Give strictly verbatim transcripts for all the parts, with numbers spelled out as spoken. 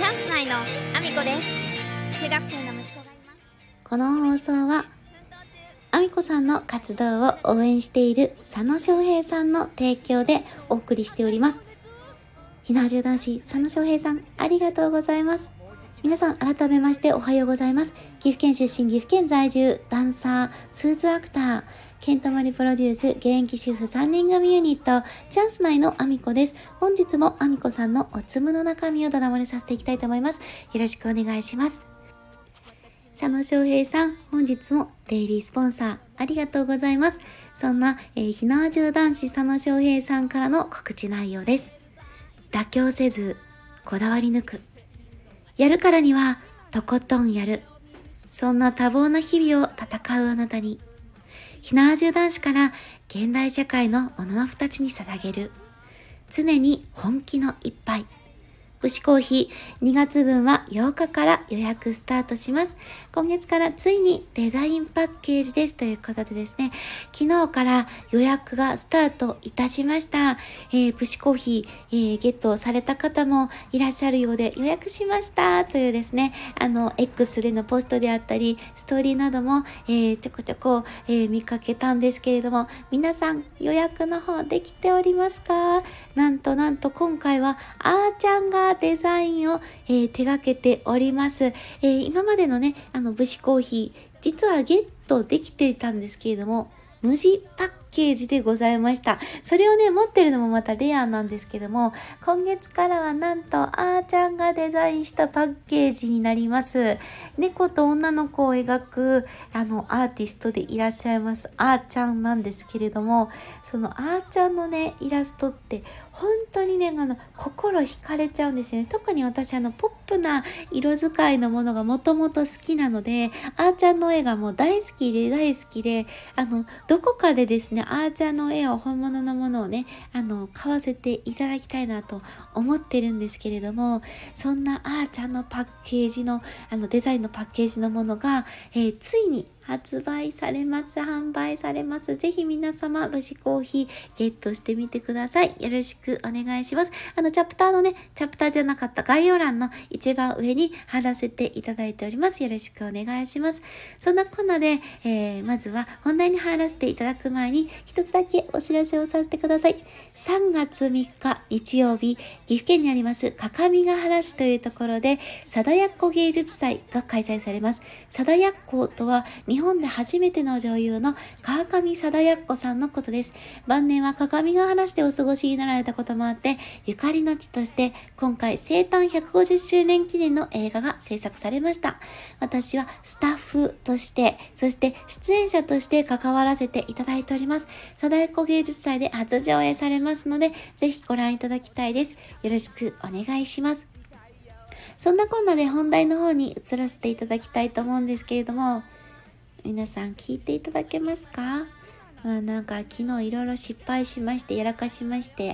チャンス内のアミコです。中学生の息子がいます。 この放送はアミコさんの活動を応援している佐野翔平さんの提供でお送りしております。ひなわじゅう男子佐野翔平さん、ありがとうございます。皆さん改めましておはようございます。岐阜県出身、岐阜県在住、ダンサー、スーツアクター、ケントマリプロデュース、現役主婦さんにん組ユニット、チャンス内のアミコです。本日もアミコさんのおつむの中身をだだ漏れさせていきたいと思います。よろしくお願いします。佐野翔平さん、本日もデイリースポンサーありがとうございます。そんな、えー、ひなわじゅう男子佐野翔平さんからの告知内容です。妥協せず、こだわり抜く。やるからには、とことんやる。そんな多忙な日々を戦うあなたに、ひなわじゅう男子から現代社会のもののふたちに捧げる。常に本気の一杯。武士コーヒーにがつぶんはようかから予約スタートします。今月からついにデザインパッケージですということでですね、昨日から予約がスタートいたしました。えー、武士コーヒー、えー、ゲットされた方もいらっしゃるようで予約しましたというですね、あの X でのポストであったりストーリーなども、えー、ちょこちょこ、えー、見かけたんですけれども、皆さん予約の方できておりますか？なんとなんと今回はあーちゃんがデザインを、えー、手掛けております。えー、今までのね、あの武士コーヒー、実はゲットできていたんですけれども、無地パッケージでございました。それをね、持ってるのもまたレアなんですけども、今月からはなんとあーちゃんがデザインしたパッケージになります。猫と女の子を描くあのアーティストでいらっしゃいますあーちゃんなんですけれども、そのあーちゃんのねイラストって本当にね、あの心惹かれちゃうんですよね。特に私あのポップな色使いのものがもともと好きなので、あーちゃんの絵がもう大好きで大好きで、あのどこかでですね、あーちゃんの絵を本物のものをね、あの買わせていただきたいなと思ってるんですけれども、そんなあーちゃんのパッケージのあのデザインのパッケージのものが、えー、ついに発売されます。販売されます。ぜひ皆様、武士コーヒーゲットしてみてください。よろしくお願いします。あの、チャプターのね、チャプターじゃなかった概要欄の一番上に貼らせていただいております。よろしくお願いします。そんなこんなで、えー、まずは本題に入らせていただく前に、一つだけお知らせをさせてください。さんがつみっか日曜日、岐阜県にあります各務原市というところで、貞奴芸術祭が開催されます。貞奴とは、日本で初めての女優の川上貞奴さんのことです。晩年は各務原市でお過ごしになられたこともあって、ゆかりの地として今回生誕ひゃくごじゅっしゅうねん記念の映画が制作されました。私はスタッフとして、そして出演者として関わらせていただいております。貞奴芸術祭で初上映されますので、ぜひご覧いただきたいです。よろしくお願いします。そんなこんなで本題の方に移らせていただきたいと思うんですけれども、皆さん聞いていただけますか？まあなんか昨日いろいろ失敗しまして、やらかしまして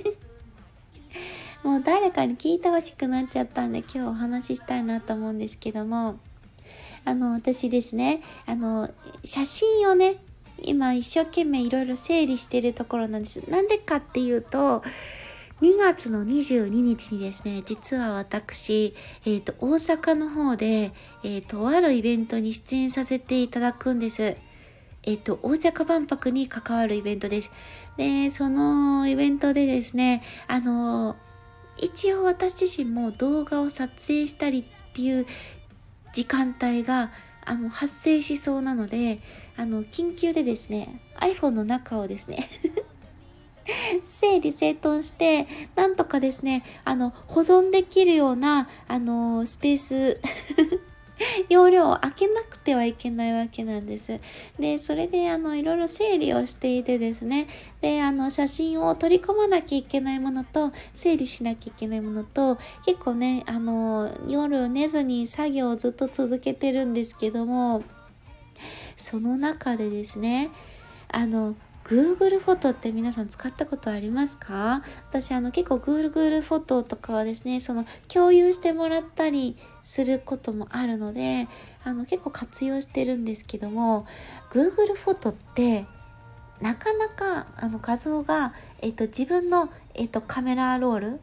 もう誰かに聞いてほしくなっちゃったんで、今日お話ししたいなと思うんですけども、あの私ですね、あの写真をね今一生懸命いろいろ整理しているところなんです。なんでかっていうと、にがつのにじゅうににちにですね、実は私、えっと、大阪の方で、えっと、とあるイベントに出演させていただくんです。えっと、大阪万博に関わるイベントです。で、そのイベントでですね、あの、一応私自身も動画を撮影したりっていう時間帯が、あの、発生しそうなので、あの、緊急でですね、iPhone の中をですね、整理整頓してなんとかですね、あの保存できるようなあのスペース容量を開けなくてはいけないわけなんです。で、それであのいろいろ整理をしていてですね、で、あの写真を取り込まなきゃいけないものと整理しなきゃいけないものと、結構ね、あの夜寝ずに作業をずっと続けてるんですけども、その中でですね、あのGoogle フォトって皆さん使ったことありますか？私あの結構 Google フォトとかはですね、その共有してもらったりすることもあるので、あの結構活用してるんですけども、 Google フォトってなかなかあの画像が、えっと、自分の、えっと、カメラロール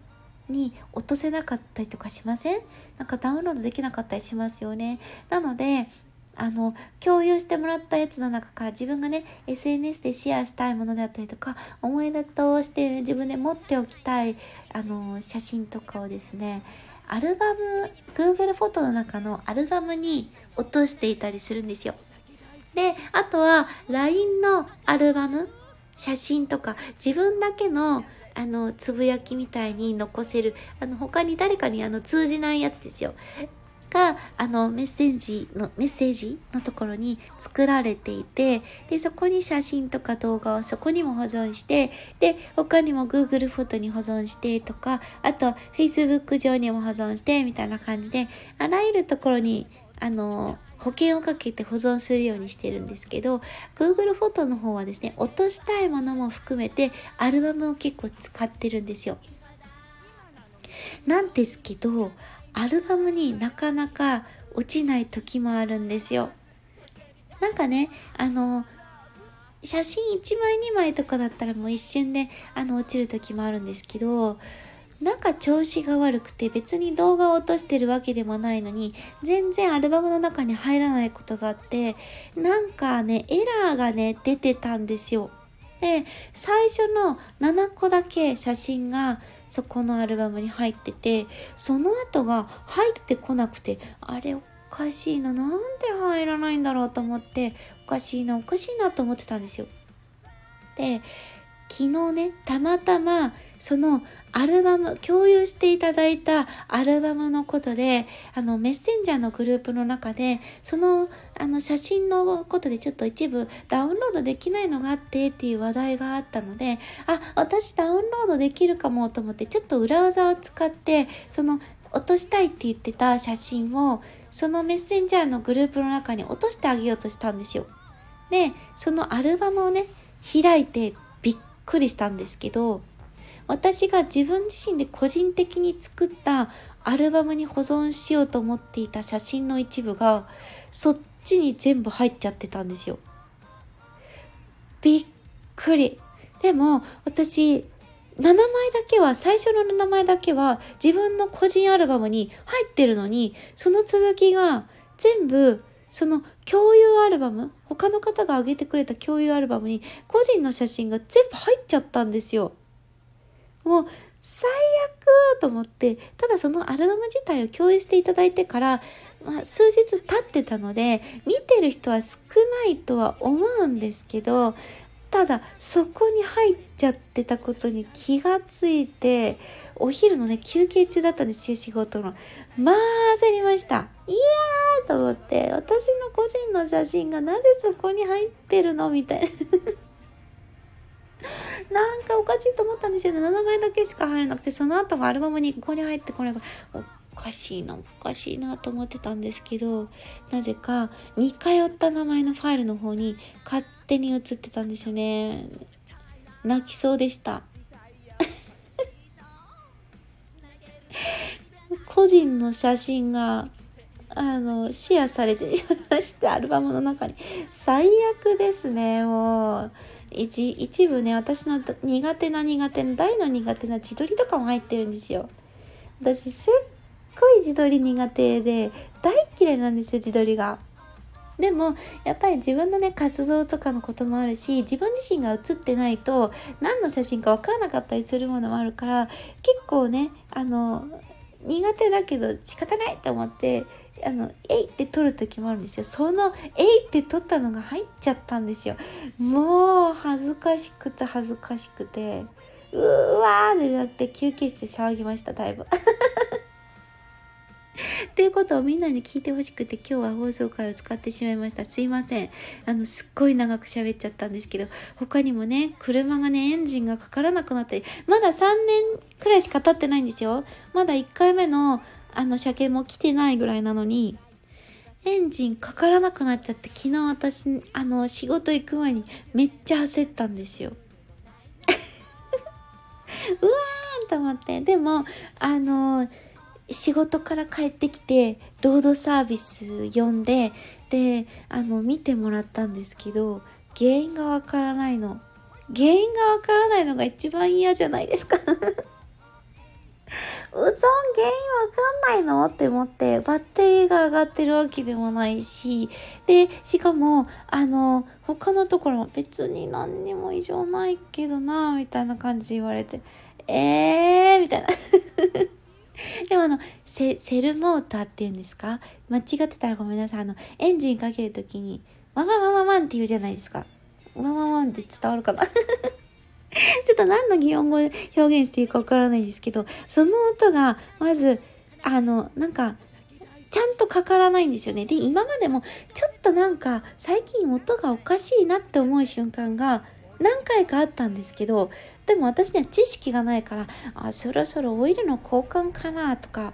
に落とせなかったりとかしません？なんかダウンロードできなかったりしますよね。なのであの共有してもらったやつの中から自分がね エスエヌエス でシェアしたいものだったりとか、思い出として、ね、自分で持っておきたいあの写真とかをですね、アルバム Google フォトの中のアルバムに落としていたりするんですよ。であとは ライン のアルバム写真とか、自分だけのあのつぶやきみたいに残せる、あの他に誰かにあの通じないやつですよが、あのメッセージのメッセージのところに作られていて、でそこに写真とか動画をそこにも保存して、で他にも Google フォトに保存してとか、あと Facebook 上にも保存してみたいな感じで、あらゆるところにあの保険をかけて保存するようにしてるんですけど、 Google フォトの方はですね、落としたいものも含めてアルバムを結構使ってるんですよ。なんですけどアルバムになかなか落ちない時もあるんですよ。なんかね、あの写真いちまいにまいとかだったらもう一瞬であの落ちる時もあるんですけど、なんか調子が悪くて別に動画を落としてるわけでもないのに全然アルバムの中に入らないことがあって、なんかねエラーがね出てたんですよ。で最初のななこだけ写真がそこのアルバムに入ってて、その後が入ってこなくて、あれおかしいな、なんで入らないんだろうと思って、おかしいなおかしいなと思ってたんですよ。で昨日ね、たまたまそのアルバム共有していただいたアルバムのことで、あのメッセンジャーのグループの中でそのあの写真のことでちょっと一部ダウンロードできないのがあってっていう話題があったので、あ、私ダウンロードできるかもと思って、ちょっと裏技を使ってその落としたいって言ってた写真をそのメッセンジャーのグループの中に落としてあげようとしたんですよ。でそのアルバムをね開いてびっくりしたんですけど、私が自分自身で個人的に作ったアルバムに保存しようと思っていた写真の一部がそっちに全部入っちゃってたんですよ。びっくり。でも私ななまいだけは、最初のななまいだけは自分の個人アルバムに入ってるのに、その続きが全部その共有アルバム、他の方が上げてくれた共有アルバムに個人の写真が全部入っちゃったんですよ。もう最悪と思って、ただそのアルバム自体を共有していただいてから、まあ、数日経ってたので見てる人は少ないとは思うんですけど、ただそこに入っちゃってたことに気がついて、お昼のね休憩中だったんですよ、仕事の。まあ焦りました。いやーと思って、私の個人の写真がなぜそこに入ってるのみたいななんかおかしいと思ったんですよね。ななまいだけしか入らなくて、その後がアルバムにここに入ってこないから、おかしいなおかしいなと思ってたんですけど、なぜか似通った名前のファイルの方に勝手に写ってたんですよね。泣きそうでした個人の写真があのシェアされてしまいまして、アルバムの中に。最悪ですね。もう一一部ね、私の苦手な苦手な大の苦手な自撮りとかも入ってるんですよ。私すっごい自撮り苦手で大嫌いなんですよ、自撮りが。でもやっぱり自分のね活動とかのこともあるし、自分自身が写ってないと何の写真か分からなかったりするものもあるから、結構ねあの苦手だけど仕方ないと思ってあのえいって撮る時もあるんですよ。そのえいって撮ったのが入っちゃったんですよ。もう恥ずかしくて恥ずかしくてうーわーってなって休憩室で騒ぎました、だいぶっていうことをみんなに聞いてほしくて、今日は放送回を使ってしまいました。すいません。あのすっごい長く喋っちゃったんですけど、他にもね車がねエンジンがかからなくなったり、まださんねんくらいしか経ってないんですよ。まだいっかいめのあの車検も来てないぐらいなのにエンジンかからなくなっちゃって、昨日私あの仕事行く前にめっちゃ焦ったんですようわーんと思って。でもあの仕事から帰ってきてロードサービス呼んで、であの見てもらったんですけど、原因がわからないの原因がわからないのが一番嫌じゃないですか原因わかんないのって思って、バッテリーが上がってるわけでもないし、で、しかも、あの、他のところも別に何にも異常ないけどな、みたいな感じで言われて、えーみたいな。でもあの、セ、セルモーターっていうんですか？間違ってたらごめんなさい。あの、エンジンかけるときに、ワンワンワンワンワンって言うじゃないですか。ワンワンワンって伝わるかなちょっと何の擬音語で表現していいかわからないんですけど、その音が、まず、あの、なんか、ちゃんとかからないんですよね。で、今までも、ちょっとなんか、最近音がおかしいなって思う瞬間が、何回かあったんですけど、でも私には知識がないから、あ、そろそろオイルの交換かなとか、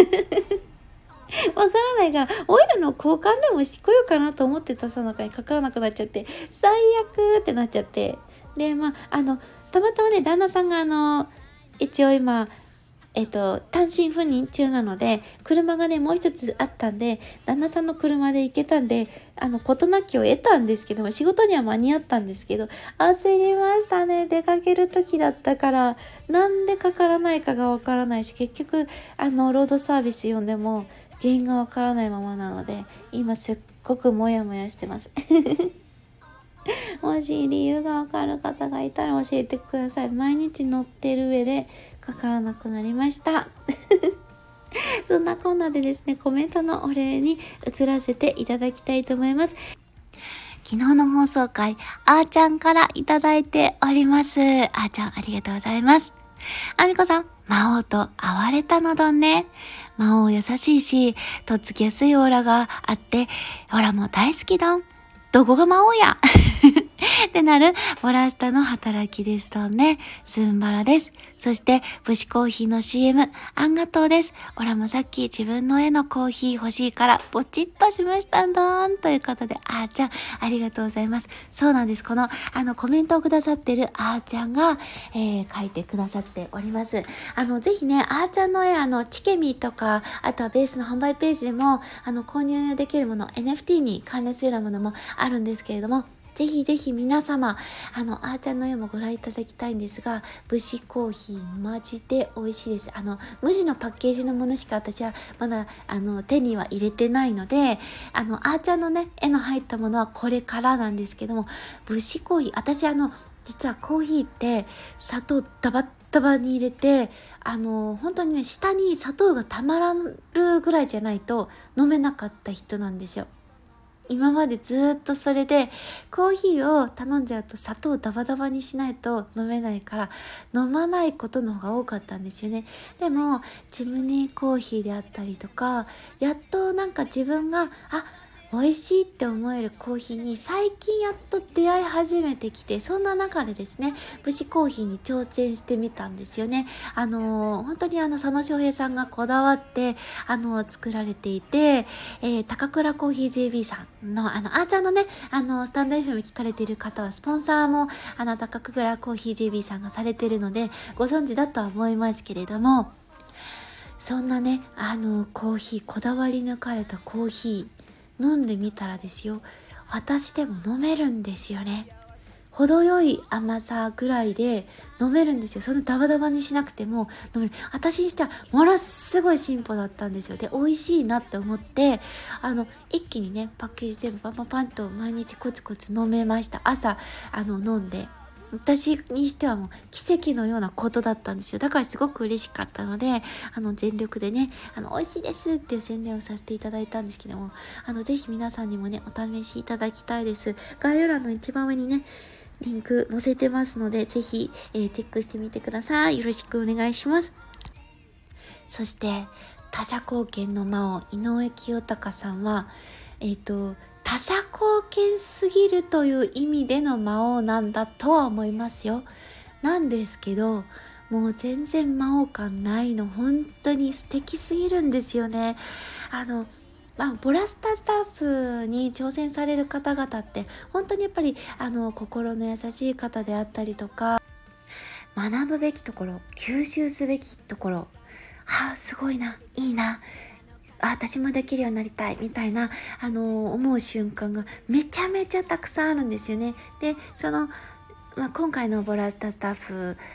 わからないから、オイルの交換でもしてこようかなと思ってたさなかにかからなくなっちゃって、最悪ってなっちゃって。で、まあ、あの、たまたまね、旦那さんがあの、一応今、えっと、単身赴任中なので、車がね、もう一つあったんで、旦那さんの車で行けたんで、あの、事なきを得たんですけども、仕事には間に合ったんですけど、焦りましたね。出かける時だったから、なんでかからないかがわからないし、結局、あの、ロードサービス呼んでも、原因がわからないままなので、今すっごくモヤモヤしてます。もし理由がわかる方がいたら教えてください。毎日乗ってる上でかからなくなりました。そんなこんなでですね、コメントのお礼に移らせていただきたいと思います。昨日の放送回、あーちゃんからいただいております。あーちゃんありがとうございます。あみこさん、魔王と会われたのどんね。魔王優しいし、とっつきやすいオーラがあって、オラも大好きだん。どこが魔王やってなるボラスタの働きですとね。スンバラです。そして武士コーヒーの シーエム あんがとうです。オラもさっき自分の絵のコーヒー欲しいからポチッとしましたんどーんということで、あーちゃんありがとうございます。そうなんです。このあのコメントをくださってるあーちゃんが、えー、書いてくださっております。あのぜひね、あーちゃんの絵、あのチケミとか、あとはベースの販売ページでもあの購入できるもの、 エヌエフティー に関連するようなものもあるんですけれども、ぜひぜひ皆様、あの、あーちゃんの絵もご覧いただきたいんですが、武士コーヒーマジで美味しいです。あの、無地のパッケージのものしか私はまだ、あの、手には入れてないので、あの、あーちゃんのね、絵の入ったものはこれからなんですけども、武士コーヒー、私あの、実はコーヒーって砂糖ダバッダバに入れて、あの、本当にね、下に砂糖がたまらるぐらいじゃないと飲めなかった人なんですよ。今までずっとそれでコーヒーを頼んじゃうと砂糖をダバダバにしないと飲めないから飲まないことの方が多かったんですよね。でもチムニーコーヒーであったりとか、やっとなんか自分があ美味しいって思えるコーヒーに最近やっと出会い始めてきて、そんな中でですね、武士コーヒーに挑戦してみたんですよね。あのー、本当にあの佐野翔平さんがこだわってあのー、作られていて、えー、高倉コーヒー ジェービー さんのあのあーちゃんのね、あのスタンド エフエム 聞かれている方はスポンサーもあの高倉コーヒー ジェービー さんがされているのでご存知だとは思いますけれども、そんなね、あのコーヒー、こだわり抜かれたコーヒー飲んでみたらですよ、私でも飲めるんですよね。程よい甘さぐらいで飲めるんですよ。そんなダバダバにしなくても飲める。私にしてはものすごい進歩だったんですよ。で、美味しいなって思って、あの、一気にね、パッケージ全部パンパンパンと毎日コツコツ飲めました。朝、あの、飲んで。私にしてはもう奇跡のようなことだったんですよ。だからすごく嬉しかったので、あの全力でね、あの美味しいですっていう宣伝をさせていただいたんですけども、あのぜひ皆さんにもね、お試しいただきたいです。概要欄の一番上にね、リンク載せてますので、ぜひ、えー、チェックしてみてください。よろしくお願いします。そして他者貢献の魔王井上清隆さんは、えっと他者貢献すぎるという意味での魔王なんだとは思いますよ。なんですけど、もう全然魔王感ないの、本当に素敵すぎるんですよね。あのまあ、ボラスタスタッフに挑戦される方々って本当にやっぱりあの心の優しい方であったりとか、学ぶべきところ、吸収すべきところ、はあ、すごいな、いいな、あ、私もできるようになりたいみたいな、あの思う瞬間がめちゃめちゃたくさんあるんですよね。で、その、まあ、今回のボラスタスタッフ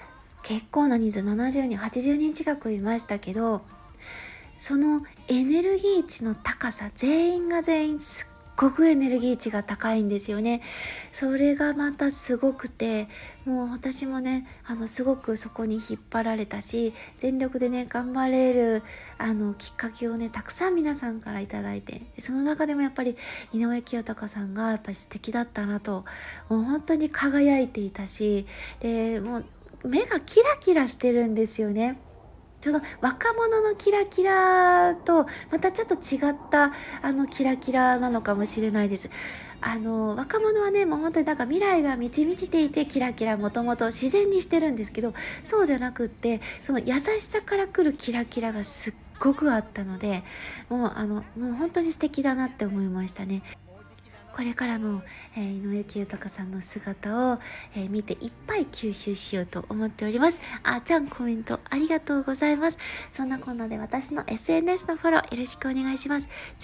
結構な人数、ななじゅうにんはちじゅうにん近くいましたけど、そのエネルギー値の高さ、全員が全員すっごくエネルギー値が高いんですよね。それがまたすごくて、もう私もね、あのすごくそこに引っ張られたし、全力でね頑張れるあのきっかけをねたくさん皆さんからいただいて、その中でもやっぱり井上清隆さんがやっぱり素敵だったなと、もう本当に輝いていたし、でもう目がキラキラしてるんですよね。ちょっと若者のキラキラとまたちょっと違ったあのキラキラなのかもしれないです。あの若者はね、もう本当になんか未来が満ち満ちていてキラキラもともと自然にしてるんですけど、そうじゃなくって、その優しさから来るキラキラがすっごくあったので、もうあのもう本当に素敵だなって思いましたね。これからも、えー、井上清隆さんの姿を、えー、見ていっぱい吸収しようと思っております。あーちゃん、コメントありがとうございます。そんなこんなで私の エスエヌエス のフォローよろしくお願いします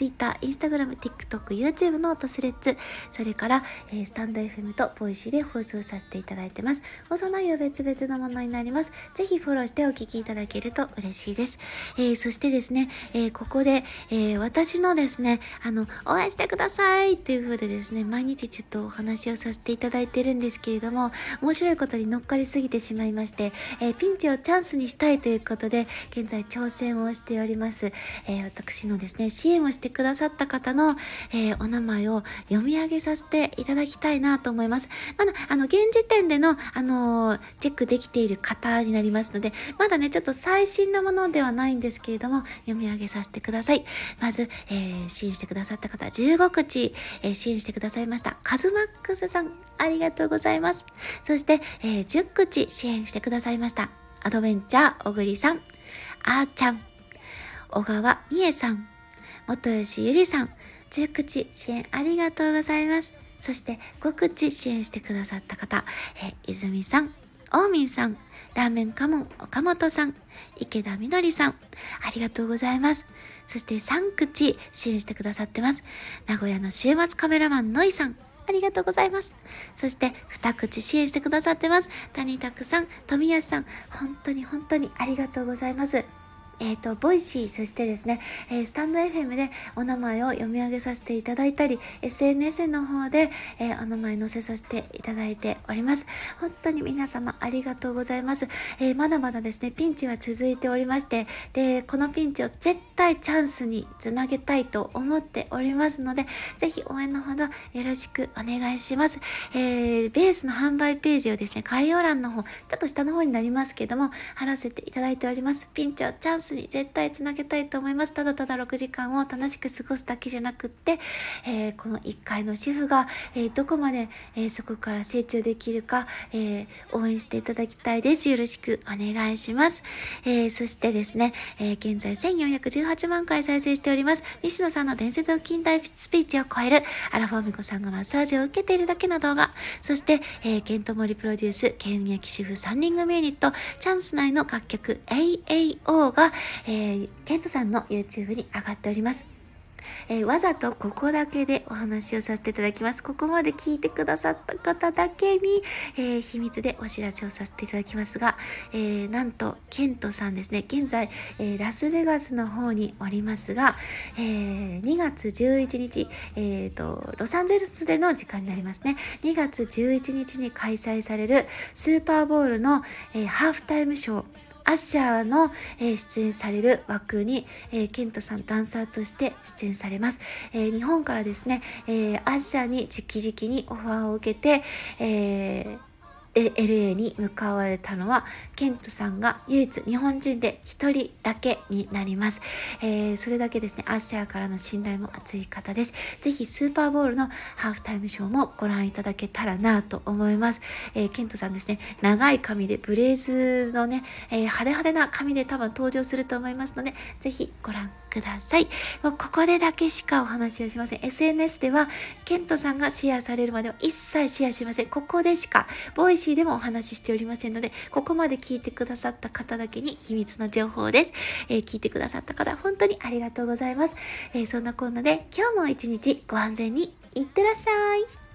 。Twitter、Instagram、TikTok、YouTube のトスレッツ、それから、えー、スタンド エフエム とボイシーで放送させていただいてます。放送内容別々のものになります。ぜひフォローしてお聞きいただけると嬉しいです。えー、そしてですね、えー、ここで、えー、私のですね、あの、応援してくださいっていう風でですね、毎日ちょっとお話をさせていただいてるんですけれども、面白いことに乗っかりすぎてしまいまして、えー、ピンチをチャンスにしたいということで現在挑戦をしております。えー、私のですね、支援をしてくださった方の、えー、お名前を読み上げさせていただきたいなと思います。まだあの現時点での、あのー、チェックできている方になりますので、まだねちょっと最新のものではないんですけれども、読み上げさせてください。まず、えー、支援してくださった方じゅうごくち、えー、支援してくださいましたカズマックスさん、ありがとうございます。そして、えー、じゅっくち支援してくださいましたアドベンチャー小栗さん、あーちゃん、小川美恵さん、元吉ゆりさん、じゅっくち支援ありがとうございます。そしてごくち支援してくださった方、えー、泉さん、おーみんさん、ラーメンカモン岡本さん、池田みどりさん、ありがとうございます。そしてさんくち支援してくださってます。名古屋の週末カメラマンのいさん、ありがとうございます。そしてにくち支援してくださってます。谷拓さん、富安さん、本当に本当にありがとうございます。えっと、ボイシー、そしてですね、えー、スタンド エフエム でお名前を読み上げさせていただいたり、エスエヌエス の方で、えー、お名前載せさせていただいております。本当に皆様ありがとうございます。えー、まだまだですね、ピンチは続いておりまして、で、このピンチを絶対チャンスにつなげたいと思っておりますので、ぜひ応援のほどよろしくお願いします。えー、ベースの販売ページをですね、概要欄の方、ちょっと下の方になりますけども、貼らせていただいております。ピンチをチャンスに絶対つなげたいと思います。ただただろくじかんを楽しく過ごすだけじゃなくって、えー、このいっかいの主婦が、えー、どこまで、えー、そこから成長できるか、えー、応援していただきたいです。よろしくお願いします。えー、そしてですね、えー、現在せんよんひゃくじゅうはちまんかい再生しております西野さんの伝説の近代スピーチを超えるアラフォーミコさんがマッサージを受けているだけの動画、そして、えー、ケントモリプロデュース現役主婦さんにん組ユニットチャンス内の楽曲 エーエーオー が、えー、ケントさんの YouTube に上がっております。えー、わざとここだけでお話をさせていただきます。ここまで聞いてくださった方だけに、えー、秘密でお知らせをさせていただきますが、えー、なんとケントさんですね、現在、えー、ラスベガスの方におりますが、えー、にがつじゅういちにち、えーと、ロサンゼルスでの時間になりますね。にがつじゅういちにちに開催されるスーパーボウルの、えー、ハーフタイムショー、アッシャーの、えー、出演される枠に、えー、ケントさんダンサーとして出演されます。えー、日本からですね、えー、アッシャーに直々にオファーを受けて、えーエルエー に向かわれたのはケントさんが唯一日本人で一人だけになります。えー、それだけですね、アッシャーからの信頼も厚い方です。ぜひスーパーボウルのハーフタイムショーもご覧いただけたらなと思います。えー、ケントさんですね、長い髪でブレイズのね、えー、派手派手な髪で多分登場すると思いますので、ぜひご覧ください。もうここでだけしかお話をしません。 エスエヌエス ではケントさんがシェアされるまでは一切シェアしません。ここでしかボイシーでもお話ししておりませんので、ここまで聞いてくださった方だけに秘密の情報です。えー、聞いてくださった方本当にありがとうございます。えー、そんなこんなで今日も一日ご安全にいってらっしゃい。